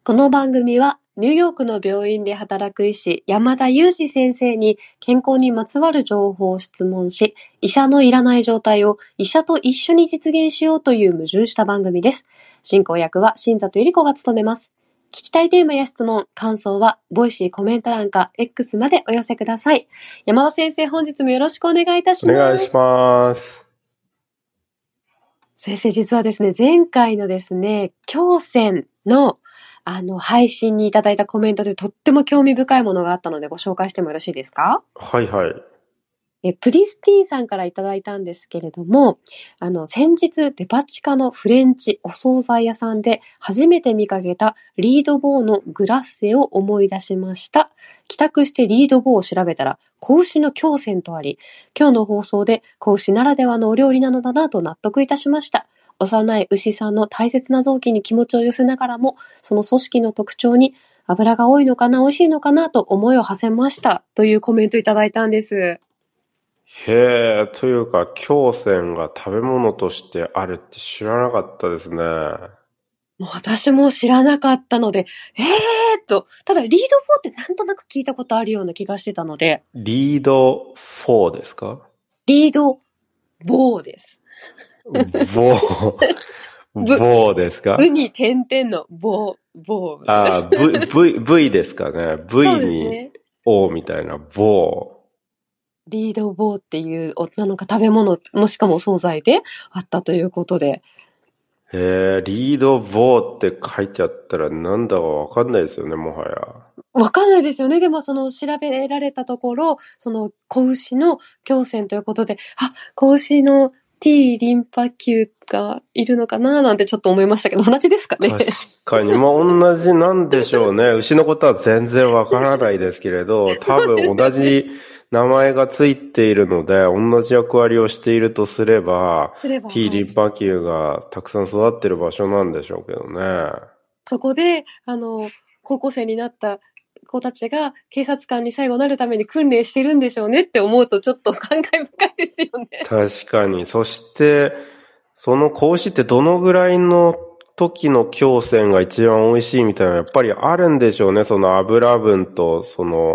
この番組はニューヨークの病院で働く医師山田裕二先生に健康にまつわる情報を質問し、医者のいらない状態を医者と一緒に実現しようという矛盾した番組です。進行役は新里ゆり子が務めます。聞きたいテーマや質問、感想はボイシーコメント欄か X までお寄せください。山田先生、本日もよろしくお願いいたします。 お願いします。 先生、実はですね、前回のですね、胸腺の配信にいただいたコメントでとっても興味深いものがあったのでご紹介してもよろしいですか？ はいはい。 プリスティーンさんからいただいたんですけれども、先日デパ地下のフレンチお惣菜屋さんで初めて見かけたリードボーのグラッセを思い出しました。帰宅してリードボーを調べたら子牛の胸腺とあり、今日の放送で子牛ならではのお料理なのだなと納得いたしました。幼い牛さんの大切な臓器に気持ちを寄せながらも、その組織の特徴に油が多いのかな、美味しいのかなと思いを馳せましたというコメントいただいたんです。 へえ、というか、胸腺が食べ物としてあるって知らなかったですね。 もう私も知らなかったので、ただリードボーってなんとなく聞いたことあるような気がしてたので。 リード4ですか？ リードボーです。 ボーですか？ うに点々のボー。V ですかね。V に O みたいな、ボー。 リードボーっていうなんか食べ物もしかも惣菜であったということで。 リードボーって書いてあったらなんだかわかんないですよね、もはや。 わかんないですよね。でも調べられたところ、子牛の胸腺ということで、子牛の T リンパ球がいるのかななんてちょっと思いましたけど、同じですかね。 確かに、同じなんでしょうね。牛のことは全然わからないですけれど、多分同じ名前がついているので、同じ役割をしているとすれば、T リンパ球がたくさん育ってる場所なんでしょうけどね。 そこで、高校生になった子たちが警察官に最後なるために訓練してるんでしょうねって思うとちょっと感慨深いですよね。 確かに。そして、その子牛ってどのぐらいの時の胸腺が一番美味しいみたいなやっぱりあるんでしょうね。その油分と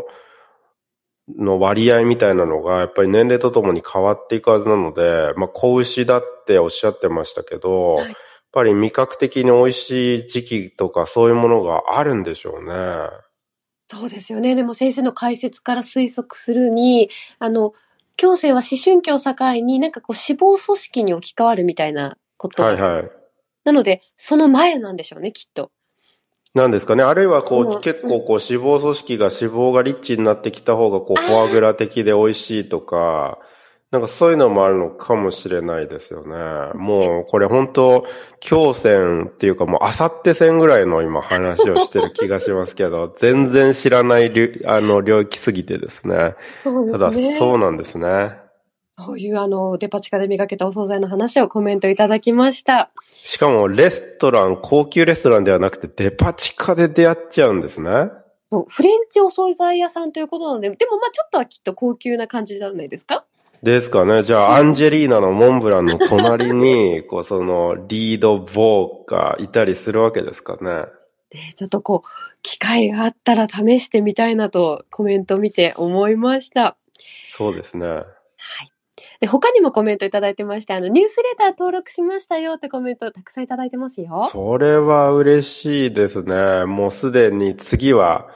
の割合みたいなのがやっぱり年齢とともに変わっていくはずなので、子牛だっておっしゃってましたけど、やっぱり味覚的に美味しい時期とかそういうものがあるんでしょうね。 そうですよね。でも先生の解説から推測するに、胸腺は思春期を境になんか脂肪組織に置き換わるみたいなことが。 はいはい。 なので、その前なんでしょうね、きっと。 なんですかね。あるいは結構脂肪組織が脂肪がリッチになってきた方がフォアグラ的で美味しいとか、なんかそういうのもあるのかもしれないですよね。もうこれ本当胸腺っていうかもうあさって線ぐらいの今話をしてる気がしますけど、全然知らない領域すぎてですね。 そうですね。 ただそうなんですね。 そういうデパ地下で見かけたお惣菜の話をコメントいただきました。 しかも高級レストランではなくてデパ地下で出会っちゃうんですね。 そう、フレンチお惣菜屋さんということなので、でもちょっとはきっと高級な感じじゃないですか？ ですかね。じゃあ、アンジェリーナのモンブランの隣に、リードボーがいたりするわけですかね。 で、ちょっと機会があったら試してみたいなとコメント見て思いました。 そうですね。はい。 で、他にもコメントいただいてまして、ニュースレター登録しましたよってコメントたくさんいただいてますよ。 それは嬉しいですね。もうすでに次は、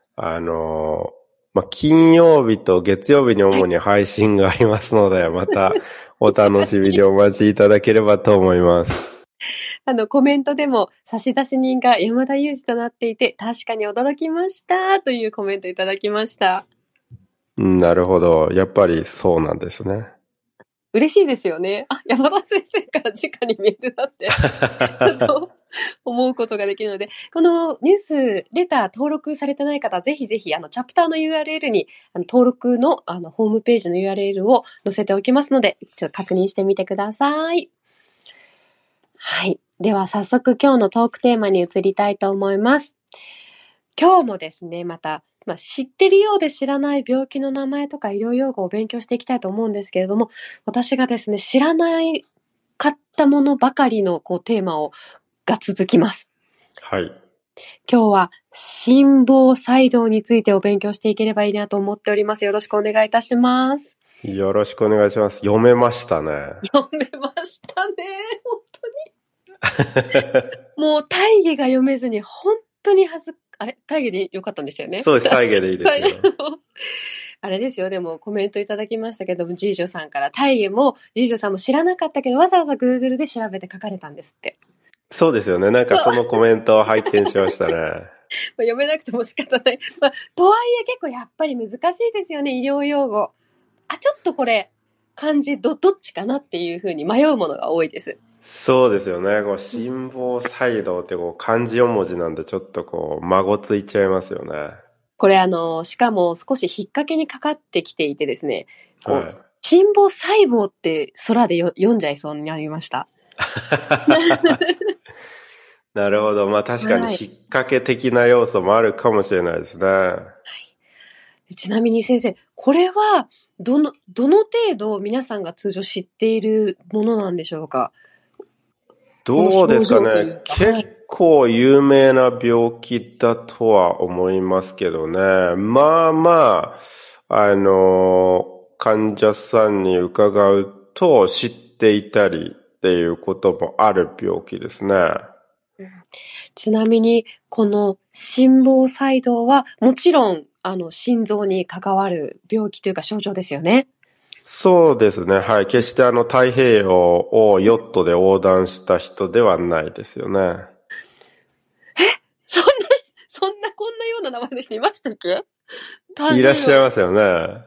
金曜日と月曜日に主に配信がありますので、またお楽しみにお待ちいただければと思います。 コメントでも差出人が山田裕二となっていて確かに驚きましたというコメントいただきました。 なるほど。やっぱりそうなんですね。 嬉しいですよね。山田先生から直にメールだってちょっと思うことができるので、このニュースレター登録されてない方、ぜひぜひチャプターの URL に登録のホームページの URL を載せておきますので、ちょっと確認してみてください。はい。では早速今日のトークテーマに移りたいと思います。今日もですね、また、知ってるようで知らない病気の名前とか医療用語を勉強していきたいと思うんですけれども、私がですね、知らないかったものばかりのテーマが続きます。 はい。 今日は心房細動についてお勉強していければいいなと思っております。よろしくお願いいたします。 よろしくお願いします。読めましたね。 読めましたね。本当に。もう大義が読めずに本当にあれ大義でよかったんですよね。 そうです。大義でいいですよ。 あれですよ。でもコメントいただきましたけども、ジージョさんから大義もジージョさんも知らなかったけどわざわざ Google で調べて書かれたんですって。 そうですよね。なんかそのコメントを拝見しましたね。 読めなくても仕方ない。とはいえ結構やっぱり難しいですよね、医療用語。ちょっとこれ、漢字どっちかなっていうふうに迷うものが多いです。 そうですよね。心房細動って漢字4文字なんでちょっと孫ついちゃいますよね。 これしかも少し引っ掛けにかかってきていてですね、 はい、 心房細胞って空で読んじゃいそうになりました。 なるほど。まあ確かに引っ掛け的な要素もあるかもしれないですね。はい、 ちなみに先生、これはどの程度皆さんが通常知っているものなんでしょうか？ どうですかね。結構有名な病気だとは思いますけどね。まあまあ、患者さんに伺うと知っていたりっていうこともある病気ですね。 ちなみに、この心房細動はもちろん、心臓に関わる病気というか症状ですよね。 そうですね。はい。決して太平洋をヨットで横断した人ではないですよね。 こんなような名前の人いましたっけ？ いらっしゃいますよね。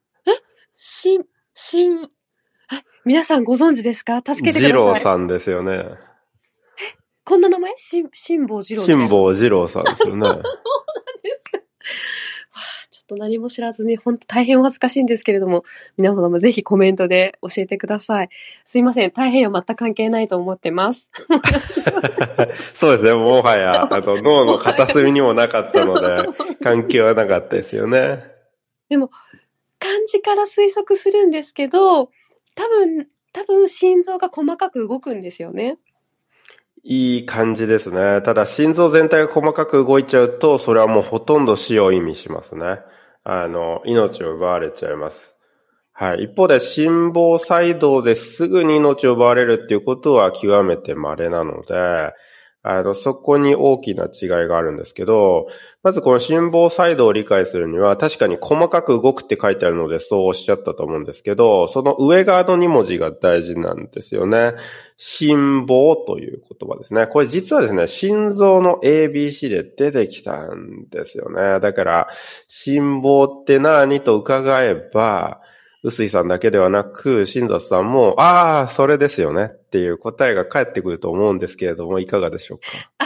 皆さんご存知ですか？助けてください。 二郎さんですよね。 こんな名前？辛坊二郎。 辛坊二郎さんですよね。そうなんですか。ちょっと何も知らずに本当大変お恥ずかしいんですけれども、皆様もぜひコメントで教えてください。すいません、太平洋全く関係ないと思ってます。 そうですね、もはや脳の片隅にもなかったので関係はなかったですよね。 でも漢字から推測するんですけど、多分心臓が細かく動くんですよね。 いい感じですね。ただ心臓全体が細かく動いちゃうと、それはもうほとんど死を意味しますね。命を奪われちゃいます。はい。一方で心房細動ですぐに命を奪われるっていうことは極めて稀なので、そこに大きな違いがあるんですけど、まずこの心房細動を理解するには、確かに細かく動くって書いてあるのでそうおっしゃったと思うんですけど、その上側の2文字が大事なんですよね。心房という言葉ですね。これ実はですね、心臓の ABC で出てきたんですよね。だから、心房って何と伺えば、臼井さんだけではなく、新里さんも、それですよねっていう答えが返ってくると思うんですけれども、いかがでしょうか？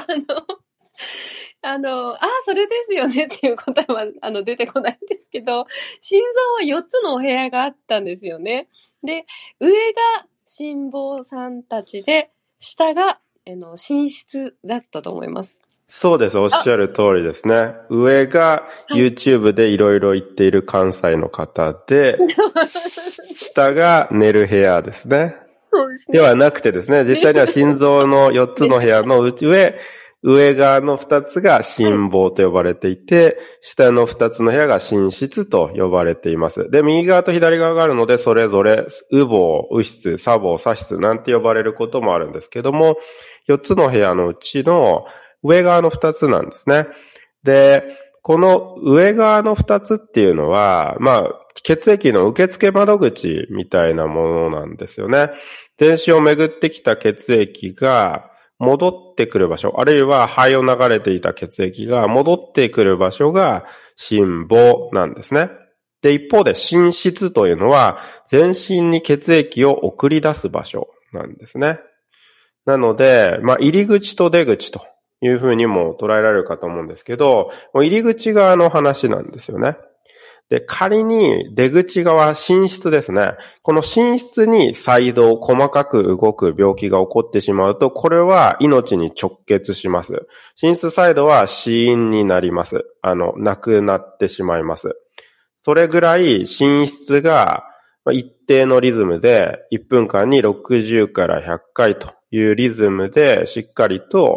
それですよねっていう答えは、出てこないんですけど、心臓は4つのお部屋があったんですよね。で、上が心房さんたちで、下が、寝室だったと思います。 そうです。おっしゃる通りですね。上が YouTube でいろいろ言っている関西の方で、下が寝る部屋ですね。 そうですね。 ではなくてですね、実際には心臓の4つの部屋の上側の2つが心房と呼ばれていて、下の2つの部屋が寝室と呼ばれています。で、右側と左側があるので、それぞれ右房、右室、左房、左室なんて呼ばれることもあるんですけども、4つの部屋のうちの上側の2つなんですね。で、この上側の2つっていうのは、血液の受付窓口みたいなものなんですよね。全身を巡ってきた血液が戻ってくる場所、あるいは肺を流れていた血液が戻ってくる場所が心房なんですね。で、一方で心室というのは全身に血液を送り出す場所なんですね。なので、入り口と出口というふうにも捉えられるかと思うんですけど、入り口側の話なんですよね。で、仮に出口側、寝室ですね。この寝室に細動、細かく動く病気が起こってしまうと、これは命に直結します。寝室細動は死因になります。亡くなってしまいます。それぐらい寝室が一定のリズムで1分間に60から100回というリズムでしっかりと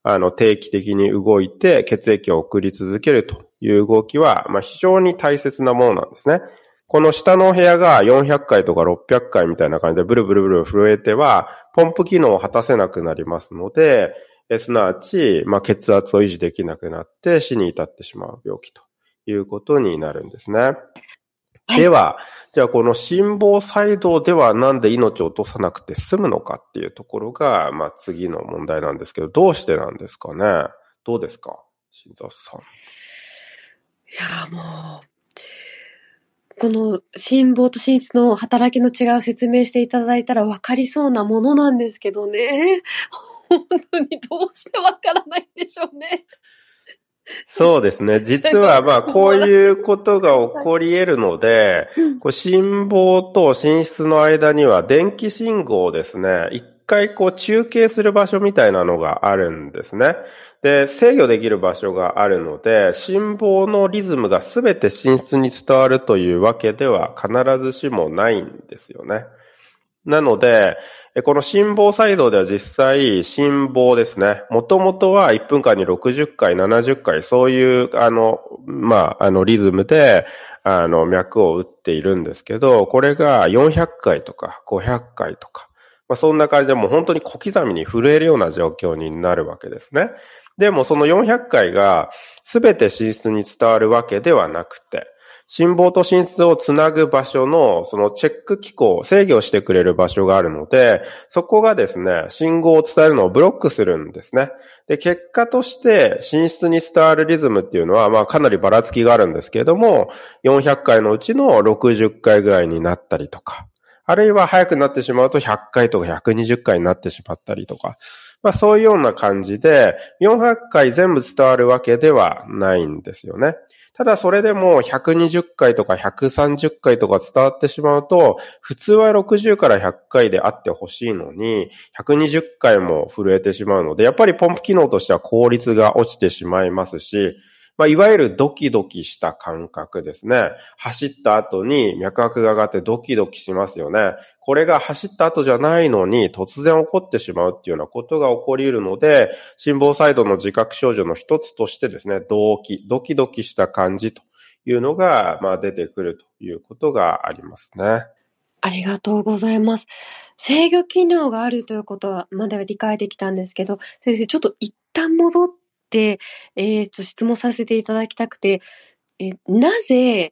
定期的に動いて血液を送り続けるという動きは、非常に大切なものなんですね。この下のお部屋が400回とか600回みたいな感じでブルブルブル震えては、ポンプ機能を果たせなくなりますので、すなわち、血圧を維持できなくなって死に至ってしまう病気ということになるんですね。はい、では、じゃあこの心房細動ではなんで命を落とさなくて済むのかっていうところが、次の問題なんですけど、どうしてなんですかね。どうですか、新里さん。 いや、もう、この心房と心室の働きの違いを説明していただいたら分かりそうなものなんですけどね。本当にどうして分からないんでしょうね。 そうですね。実はこういうことが起こり得るので、心房と心室の間には電気信号をですね、一回中継する場所みたいなのがあるんですね。で、制御できる場所があるので、心房のリズムがすべて心室に伝わるというわけでは必ずしもないんですよね。なので、この心房細動では実際、心房ですね。もともとは1分間に60回、70回、そういう、リズムで、脈を打っているんですけど、これが400回とか500回とか、そんな感じでもう本当に小刻みに震えるような状況になるわけですね。でもその400回が全て心室に伝わるわけではなくて、心房と心室をつなぐ場所の、そのチェック機構、制御してくれる場所があるので、そこがですね、信号を伝えるのをブロックするんですね。で、結果として、心室に伝わるリズムっていうのは、かなりばらつきがあるんですけれども、400回のうちの60回ぐらいになったりとか、あるいは早くなってしまうと100回とか120回になってしまったりとか、そういうような感じで、400回全部伝わるわけではないんですよね。ただそれでも120回とか130回とか伝わってしまうと、普通は60から100回であってほしいのに、120回も震えてしまうので、やっぱりポンプ機能としては効率が落ちてしまいますし、いわゆるドキドキした感覚ですね。走った後に脈拍が上がってドキドキしますよね。これが走った後じゃないのに突然起こってしまうっていうようなことが起こり得るので、心房細動の自覚症状の一つとしてですね、ドキドキした感じというのが、出てくるということがありますね。 ありがとうございます。制御機能があるということはまでは理解できたんですけど、先生ちょっと一旦戻って、質問させていただきたくて、なぜ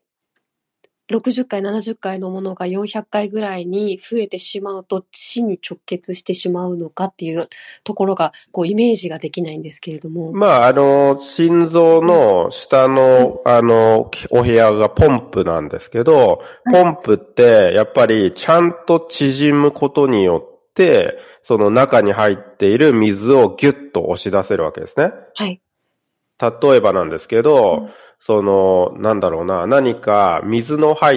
60回、70回のものが400回ぐらいに増えてしまうと死に直結してしまうのかっていうところがイメージができないんですけれども。 心臓の下の、お部屋がポンプなんですけど、ポンプってやっぱりちゃんと縮むことによって、その中に入っている水をギュッと押し出せるわけですね。 はい。 例えばなんですけど、何か水の入った、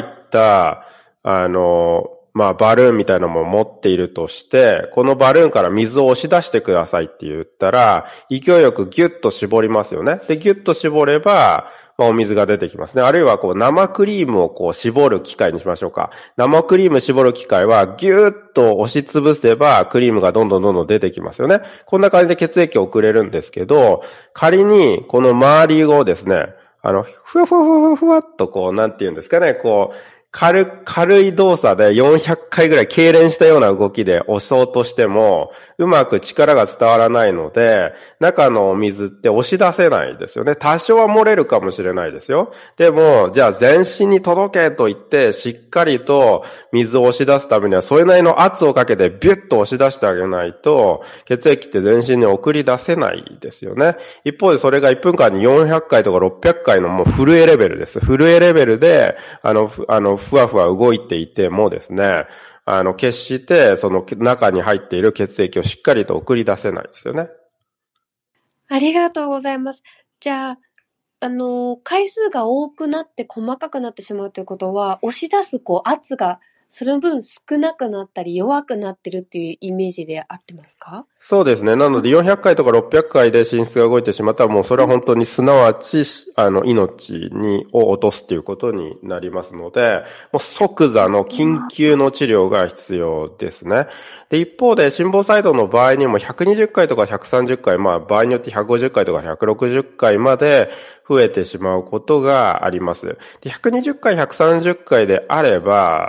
バルーンみたいなのも持っているとして、このバルーンから水を押し出してくださいって言ったら、勢いよくギュッと絞りますよね。で、ギュッと絞れば、お水が出てきますね。あるいは生クリームを絞る機械にしましょうか。生クリーム絞る機械はギューッと押しつぶせばクリームがどんどん出てきますよね。こんな感じで血液を送れるんですけど、仮にこの周りをですね、ふわふわふわふわふわっとなんて言うんですかね、軽い動作で400回ぐらい痙攣したような動きで押そうとしても、うまく力が伝わらないので、中のお水って押し出せないですよね。多少は漏れるかもしれないですよ。でも、じゃあ全身に届けと言って、しっかりと水を押し出すためには、それなりの圧をかけてビュッと押し出してあげないと、血液って全身に送り出せないですよね。一方でそれが1分間に400回とか600回のもう震えレベルです。震えレベルで、ふわふわ動いていてもですね、決してその中に入っている血液をしっかりと送り出せないですよね。 ありがとうございます。じゃあ、回数が多くなって細かくなってしまうということは、押し出す圧がその分少なくなったり弱くなってるっていうイメージで合ってますか？ そうですね。なので400回とか600回で心室が動いてしまったらもうそれは本当にすなわち、命を落とすということになりますので、もう即座の緊急の治療が必要ですね。で、一方で心房細動の場合にも120回とか130回、まあ場合によって150回とか160回まで増えてしまうことがあります。で、120回、130回であれば、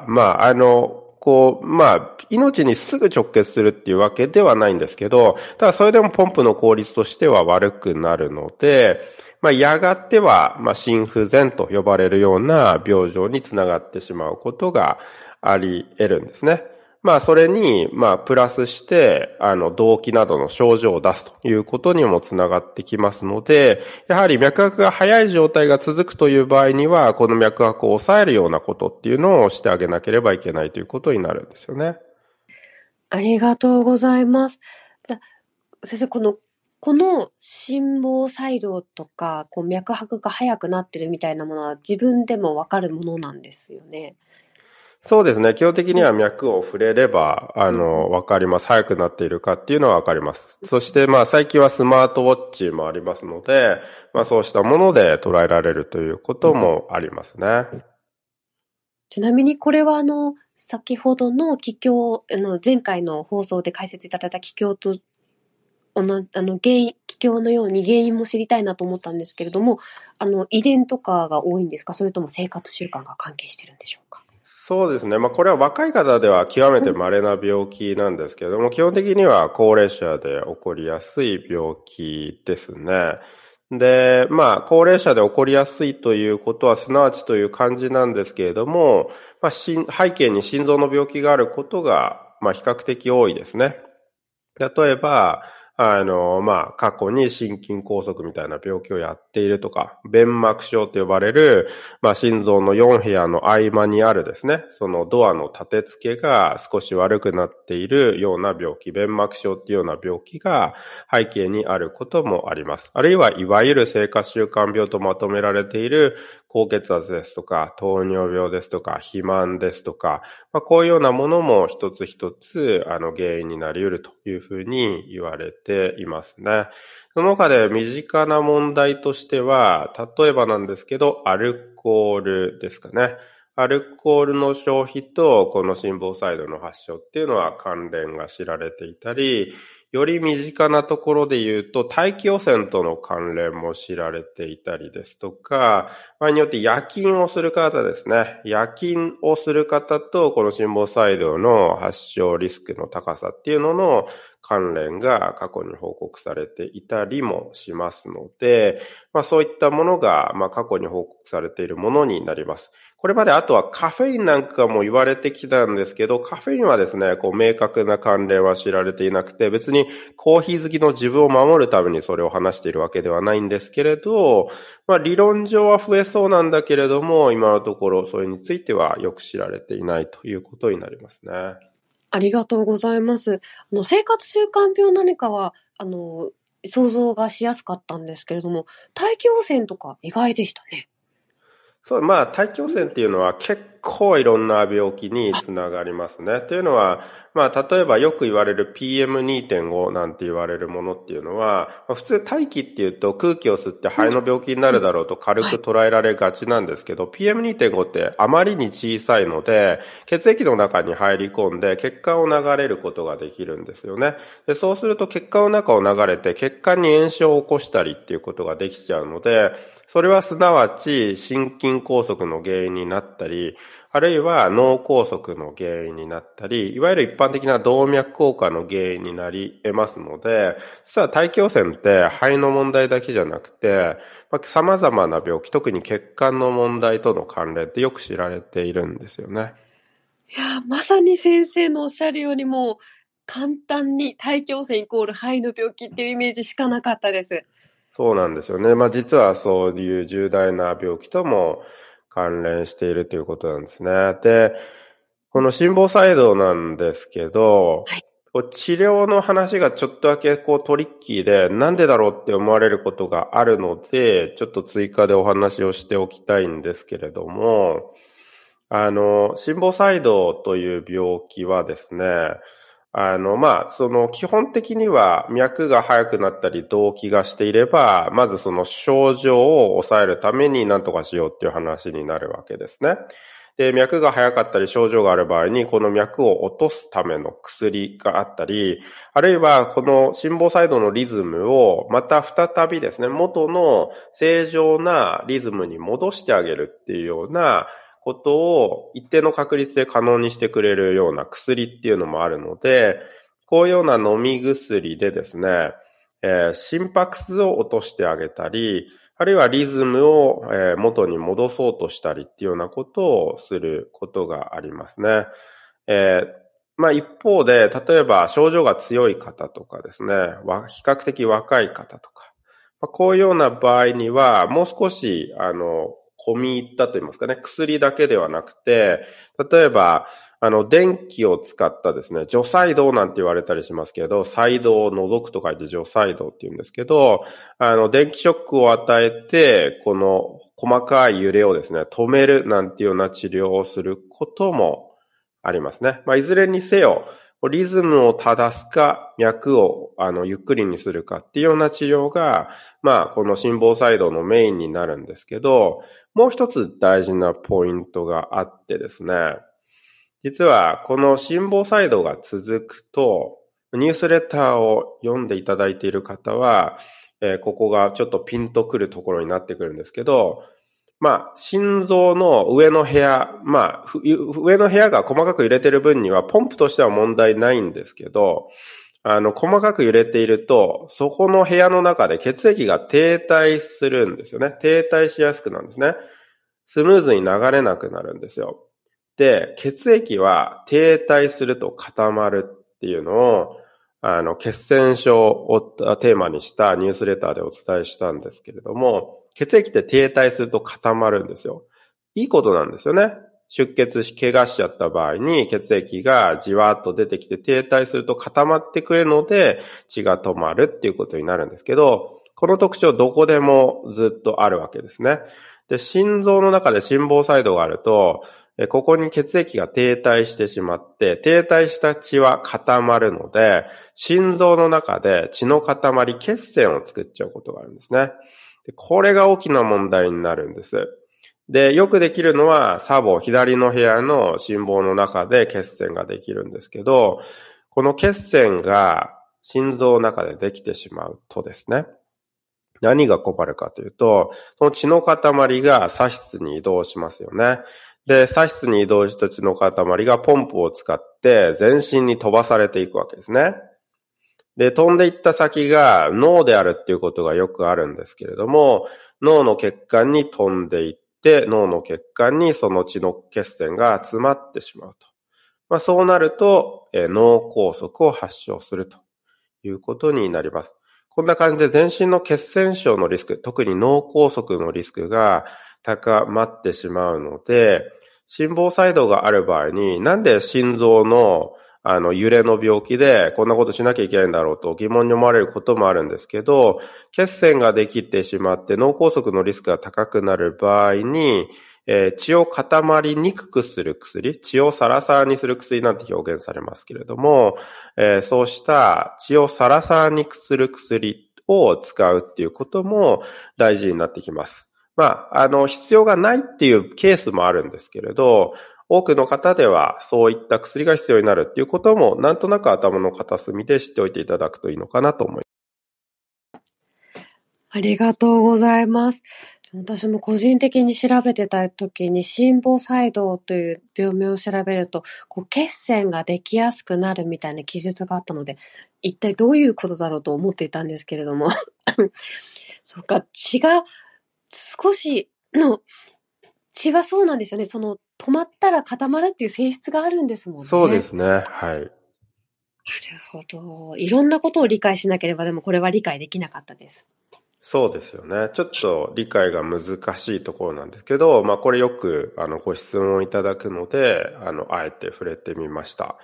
命にすぐ直結するっていうわけではないんですけど、ただそれでもポンプの効率としては悪くなるので、やがては、心不全と呼ばれるような病状につながってしまうことがあり得るんですね。それに、プラスして、動悸などの症状を出すということにもつながってきますので、やはり脈拍が速い状態が続くという場合には、この脈拍を抑えるようなことっていうのをしてあげなければいけないということになるんですよね。 ありがとうございます。先生、この心房細動とか、脈拍が速くなってるみたいなものは自分でもわかるものなんですよね。 そうですね。基本的には脈を触れれば、わかります。速くなっているかっていうのはわかります。そして、最近はスマートウォッチもありますので、そうしたもので捉えられるということもありますね。 ちなみにこれは先ほどの気境、前回の放送で解説いただいた気境と、気境のように原因も知りたいなと思ったんですけれども、遺伝とかが多いんですか？それとも生活習慣が関係してるんでしょうか？ そうですね。これは若い方では極めて稀な病気なんですけれども、基本的には高齢者で起こりやすい病気ですね。で、高齢者で起こりやすいということは、すなわちという感じなんですけれども、背景に心臓の病気があることが、比較的多いですね。例えば、過去に心筋梗塞みたいな病気をやっているとか、弁膜症と呼ばれる、心臓の4部屋の合間にあるですね、そのドアの立て付けが少し悪くなっているような病気、弁膜症っていうような病気が背景にあることもあります。あるいは、いわゆる生活習慣病とまとめられている高血圧ですとか、糖尿病ですとか、肥満ですとか、こういうようなものも一つ一つ、原因になり得るというふうに言われていますね。その他で身近な問題としては、例えばなんですけど、アルコールですかね。アルコールの消費とこの心房細動の発症っていうのは関連が知られていたり、より身近なところで言うと大気汚染との関連も知られていたりですとか、場合によって夜勤をする方ですね。夜勤をする方とこの心房細動の発症リスクの高さっていうのの関連が過去に報告されていたりもしますので、そういったものが過去に報告されているものになります。これまであとはカフェインなんかも言われてきたんですけど、カフェインはですね、明確な関連は知られていなくて、別にコーヒー好きの自分を守るためにそれを話しているわけではないんですけれど、理論上は増えそうなんだけれども、今のところそれについてはよく知られていないということになりますね。 ありがとうございます。生活習慣病何かは、想像がしやすかったんですけれども、大気汚染とか意外でしたね。 そう、大気汚染っていうのは結構いろんな病気につながりますね。というのは、例えばよく言われる PM2.5 なんて言われるものっていうのは、普通大気っていうと空気を吸って肺の病気になるだろうと軽く捉えられがちなんですけど、PM2.5 ってあまりに小さいので、血液の中に入り込んで血管を流れることができるんですよね。で、そうすると血管の中を流れて血管に炎症を起こしたりっていうことができちゃうので、それはすなわち心筋梗塞の原因になったり、あるいは脳梗塞の原因になったり、いわゆる一般的な動脈硬化の原因になり得ますので、実は大気汚染って肺の問題だけじゃなくて、様々な病気、特に血管の問題との関連ってよく知られているんですよね。 いや、まさに先生のおっしゃるようにもう簡単に大気汚染イコール肺の病気っていうイメージしかなかったです。 そうなんですよね。実はそういう重大な病気とも関連しているということなんですね。で、この心房細動なんですけど、 はい、 治療の話がちょっとだけトリッキーで、なんでだろうって思われることがあるので、ちょっと追加でお話をしておきたいんですけれども、 心房細動という病気はですね、基本的には脈が速くなったり動悸がしていれば、まずその症状を抑えるために何とかしようっていう話になるわけですね。で、脈が速かったり症状がある場合に、この脈を落とすための薬があったり、あるいはこの心房細動のリズムをまた再びですね、元の正常なリズムに戻してあげるっていうようなことを一定の確率で可能にしてくれるような薬っていうのもあるので、こういうような飲み薬でですね、心拍数を落としてあげたり、あるいはリズムを元に戻そうとしたりっていうようなことをすることがありますね。一方で、例えば症状が強い方とかですね、比較的若い方とか、こういうような場合には、もう少し、込み入ったと言いますかね、薬だけではなくて、例えば、電気を使ったですね、除細動なんて言われたりしますけど、細動を除くと書いて除細動って言うんですけど、電気ショックを与えて、この細かい揺れをですね、止めるなんていうような治療をすることもありますね。いずれにせよ、リズムを正すか、脈をゆっくりにするかっていうような治療が、この心房細動のメインになるんですけど、もう一つ大事なポイントがあってですね、実はこの心房細動が続くと、ニュースレターを読んでいただいている方は、ここがちょっとピンとくるところになってくるんですけど、心臓の上の部屋、上の部屋が細かく揺れている分には、ポンプとしては問題ないんですけど、細かく揺れていると、そこの部屋の中で血液が停滞するんですよね。停滞しやすくなるんですね。スムーズに流れなくなるんですよ。で、血液は停滞すると固まるっていうのを、血栓症をテーマにしたニュースレターでお伝えしたんですけれども、血液って停滞すると固まるんですよ。いいことなんですよね。出血し、怪我しちゃった場合に血液がじわーっと出てきて停滞すると固まってくれるので血が止まるっていうことになるんですけど、この特徴どこでもずっとあるわけですね。で、心臓の中で心房細動があると、ここに血液が停滞してしまって、停滞した血は固まるので、心臓の中で血の塊、血栓を作っちゃうことがあるんですね。で、これが大きな問題になるんです。で、よくできるのは、左房、左の部屋の心房の中で血栓ができるんですけど、この血栓が心臓の中でできてしまうとですね、何が困るかというと、その血の塊が左室に移動しますよね。で、左室に移動した血の塊がポンプを使って全身に飛ばされていくわけですね。で、飛んでいった先が脳であるっていうことがよくあるんですけれども、脳の血管に飛んでいって、脳の血管にその血の血栓が詰まってしまうと。そうなると、脳梗塞を発症するということになります。こんな感じで全身の血栓症のリスク、特に脳梗塞のリスクが高まってしまうので、心房細動がある場合に、なんで心臓の揺れの病気でこんなことしなきゃいけないんだろうと疑問に思われることもあるんですけど、血栓ができてしまって脳梗塞のリスクが高くなる場合に、血を固まりにくくする薬、血をサラサラにする薬なんて表現されますけれども、そうした血をサラサラにする薬を使うっていうことも大事になってきます。必要がないっていうケースもあるんですけれど、多くの方ではそういった薬が必要になるっていうこともなんとなく頭の片隅で知っておいていただくといいのかなと思います。 ありがとうございます。私も個人的に調べてた時に心房細動という病名を調べると血栓ができやすくなるみたいな記述があったので、一体どういうことだろうと思っていたんですけれどもそっか、血が少しの血はそうなんですよね。その止まったら固まるっていう性質があるんですもんね。 そうですね。はい。 なるほど。いろんなことを理解しなければ、でもこれは理解できなかったです。 そうですよね。ちょっと理解が難しいところなんですけど、これよくご質問いただくので、あえて触れてみました。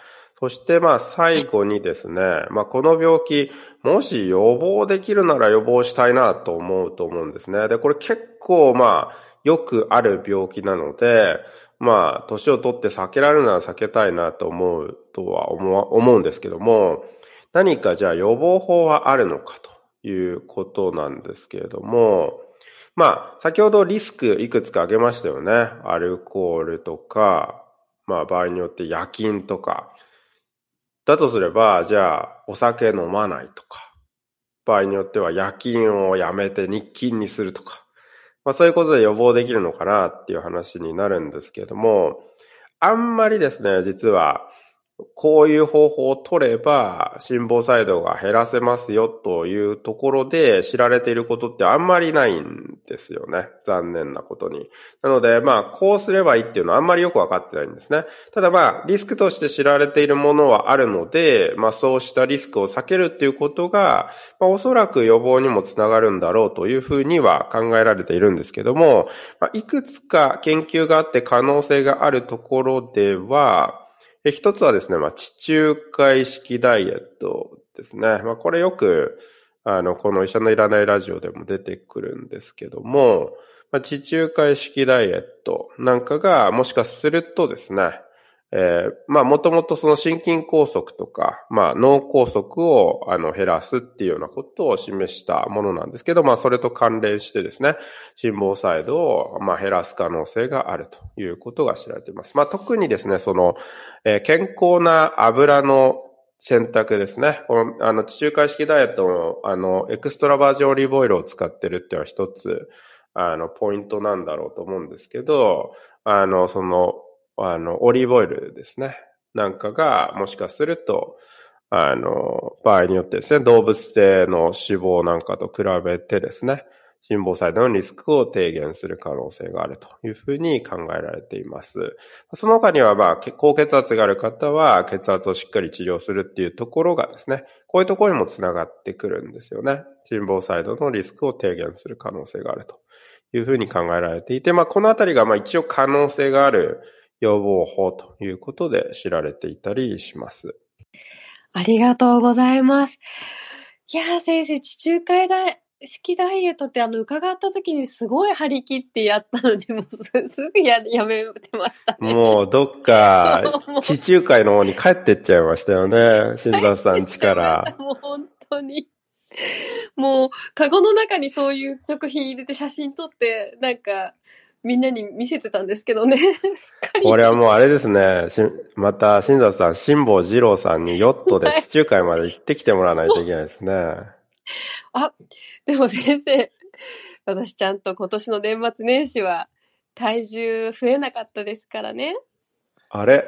そして最後にですね、この病気、もし予防できるなら予防したいなと思うと思うんですね。で、これ結構よくある病気なので、年を取って避けられるなら避けたいなと思うんですけども、何かじゃあ予防法はあるのかということなんですけれども、先ほどリスクいくつか挙げましたよね。アルコールとか、場合によって夜勤とか。だとすれば、じゃあお酒飲まないとか、場合によっては夜勤をやめて日勤にするとか、そういうことで予防できるのかなっていう話になるんですけれども、あんまりですね、実は、こういう方法を取れば心房細動が減らせますよというところで知られていることってあんまりないんですよね。残念なことに。なのでこうすればいいっていうのはあんまりよくわかってないんですね。ただリスクとして知られているものはあるので、そうしたリスクを避けるっていうことが、おそらく予防にもつながるんだろうというふうには考えられているんですけども、いくつか研究があって可能性があるところでは、一つはですね、地中海式ダイエットですね。これよく、この医者のいらないラジオでも出てくるんですけども、地中海式ダイエットなんかがもしかするとですね、もともとその心筋梗塞とか、脳梗塞を減らすっていうようなことを示したものなんですけど、それと関連してですね、心房細動を減らす可能性があるということが知られています。特にですね、その、健康な油の選択ですね。この地中海式ダイエットのエクストラバージンオリーブオイルを使ってるっていうのは一つポイントなんだろうと思うんですけど、そのオリーブオイルですね。なんかが、もしかすると、場合によってですね、動物性の脂肪なんかと比べてですね、心房細動のリスクを低減する可能性があるというふうに考えられています。その他には、高血圧がある方は、血圧をしっかり治療するっていうところがですね、こういうところにもつながってくるんですよね。心房細動のリスクを低減する可能性があるというふうに考えられていて、このあたりが一応可能性がある予防法ということで知られていたりします。 ありがとうございます。いやー先生、地中海式ダイエットって伺った時にすごい張り切ってやったのにもうすぐやめてましたね。 もうどっか地中海の方に帰ってっちゃいましたよね。新田さん家から。 もう本当に。もうカゴの中にそういう食品入れて写真撮ってみんなに見せてたんですけどね。すっかり。 これはもうあれですね。また、新田さん、辛坊二郎さんにヨットで地中海まで行ってきてもらわないといけないですね。 あ、でも先生、私ちゃんと今年の年末年始は体重増えなかったですからね。 あれ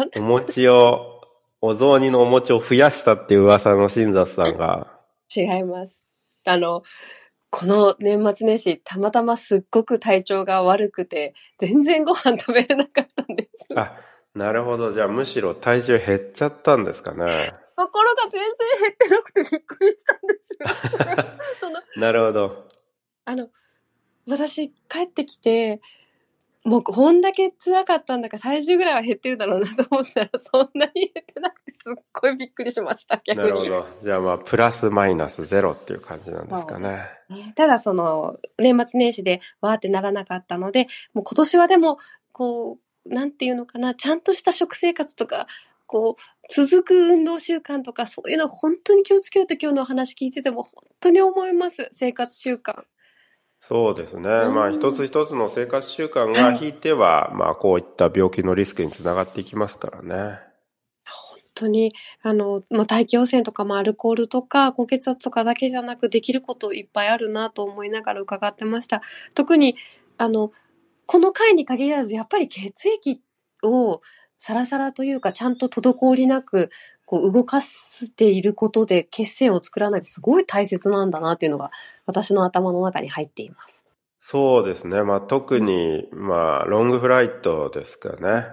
お雑煮のお餅を増やしたっていう噂の新田さんが。 違います。この年末年始、たまたますっごく体調が悪くて、全然ご飯食べれなかったんです。 あ、なるほど。じゃあむしろ体重減っちゃったんですかね。 ところが全然減ってなくてびっくりしたんですよ。 なるほど。 私帰ってきて、もうこんだけ辛かったんだから体重ぐらいは減ってるだろうなと思ったらそんなに減ってなくてすっごいびっくりしました、逆に。 なるほど。じゃあプラスマイナスゼロっていう感じなんですかね。 ただ年末年始でわーってならなかったので、もう今年はでも、なんていうのかな、ちゃんとした食生活とか、続く運動習慣とか、そういうの本当に気をつけようって今日のお話聞いてても本当に思います、生活習慣。 そうですね。一つ一つの生活習慣がひいては、こういった病気のリスクにつながっていきますからね。 本当に、大気汚染とかアルコールとか高血圧とかだけじゃなくできることいっぱいあるなと思いながら伺ってました。特に、この回に限らず、やっぱり血液をサラサラというかちゃんと滞りなく動かしていることで血栓を作らないってすごい大切なんだなっていうのが私の頭の中に入っています。 そうですね。特に、ロングフライトですかね。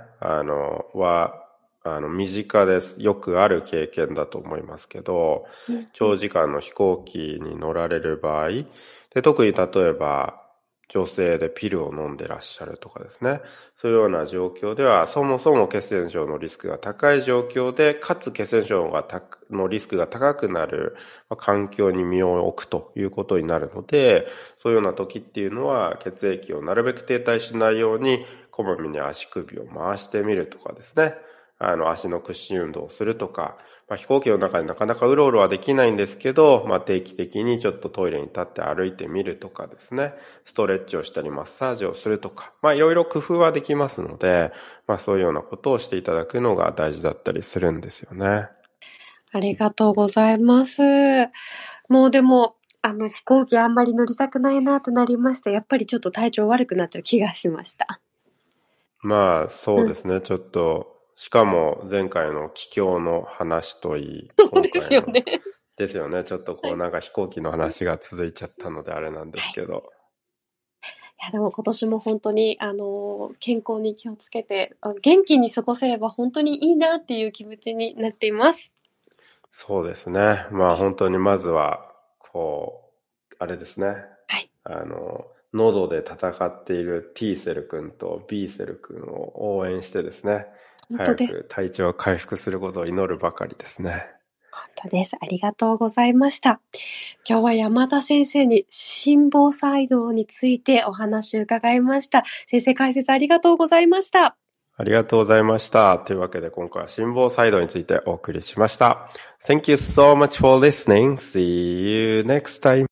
身近です。よくある経験だと思いますけど、長時間の飛行機に乗られる場合、で特に例えば、 女性でピルを飲んでらっしゃるとかですね。そういうような状況では、そもそも血栓症のリスクが高い状況で、かつ血栓症のリスクが高くなる環境に身を置くということになるので、そういうような時っていうのは、血液をなるべく停滞しないように、こまめに足首を回してみるとかですね。足の屈伸運動をするとか、飛行機の中でなかなかうろうろはできないんですけど、定期的にちょっとトイレに立って歩いてみるとかですね、ストレッチをしたりマッサージをするとか、いろいろ工夫はできますので、そういうようなことをしていただくのが大事だったりするんですよね。 ありがとうございます。もうでも、飛行機あんまり乗りたくないなとなりまして、やっぱりちょっと体調悪くなっちゃう気がしました。 そうですね、ちょっと、しかも前回の気境の話といい、 そうですよね。 ですよね。ちょっとなんか飛行機の話が続いちゃったのであれなんですけど。 いや、でも今年も本当に、健康に気をつけて、元気に過ごせれば本当にいいなっていう気持ちになっています。 そうですね。本当にまずは、あれですね。 はい。 喉で戦っている T セル君と B セル君を応援してですね。早く体調を回復することを祈るばかりですね。 本当です。ありがとうございました。今日は山田先生に心房細動についてお話を伺いました。先生解説ありがとうございました。 ありがとうございました。というわけで今回は心房細動についてお送りしました。Thank you so much for listening. See you next time.